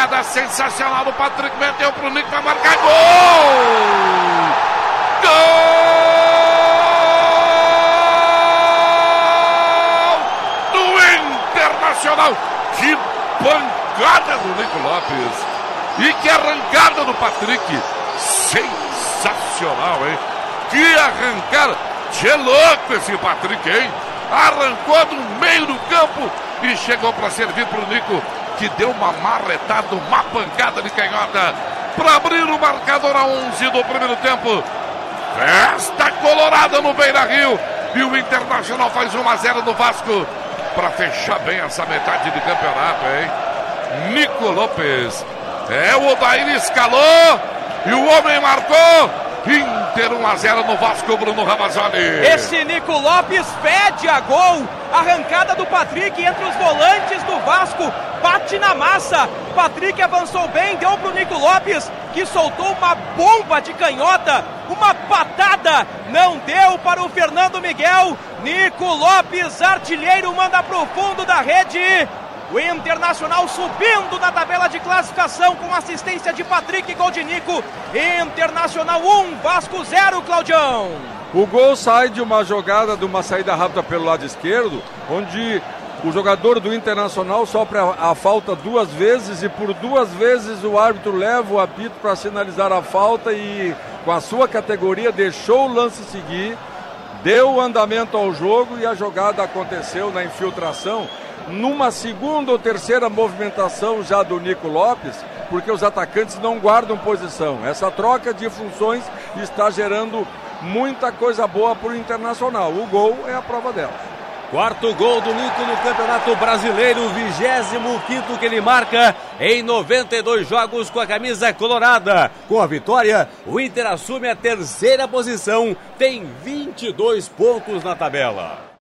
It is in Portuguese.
Jogada sensacional do Patrick, meteu pro Nico pra marcar gol! Gol do Internacional! Que pancada do Nico Lopes! E que arrancada do Patrick! Sensacional, hein? Que arrancada! Que louco esse Patrick, hein? Arrancou do meio do campo e chegou para servir pro Nico, que deu uma marretada, uma pancada de canhota para abrir o marcador a 11 do primeiro tempo. Festa colorada no Beira-Rio e o Internacional faz 1-0 no Vasco para fechar bem essa metade de campeonato, hein? Nico Lopes, o Odair escalou e o homem marcou. Inter 1-0 no Vasco, Bruno Ramazzoli. Esse Nico Lopes pede a gol. Arrancada do Patrick entre os volantes do Vasco. Bate na massa. Patrick avançou bem, deu pro Nico Lopes, que soltou uma bomba de canhota. Uma patada. Não deu para o Fernando Miguel. Nico Lopes, artilheiro, manda pro fundo da rede. O Internacional subindo na tabela de classificação com assistência de Patrick, gol de Nico. Internacional 1, Vasco 0, Claudião. O gol sai de uma jogada, de uma saída rápida pelo lado esquerdo, onde o jogador do Internacional sopra a falta 2 vezes e por 2 vezes o árbitro leva o apito para sinalizar a falta e com a sua categoria deixou o lance seguir, deu andamento ao jogo e a jogada aconteceu na infiltração. Numa segunda ou terceira movimentação já do Nico Lopes, porque os atacantes não guardam posição. Essa troca de funções está gerando muita coisa boa para o Internacional. O gol é a prova dela. 4º gol do Nico no Campeonato Brasileiro, 25º que ele marca em 92 jogos com a camisa colorada. Com a vitória, o Inter assume a 3ª posição, tem 22 pontos na tabela.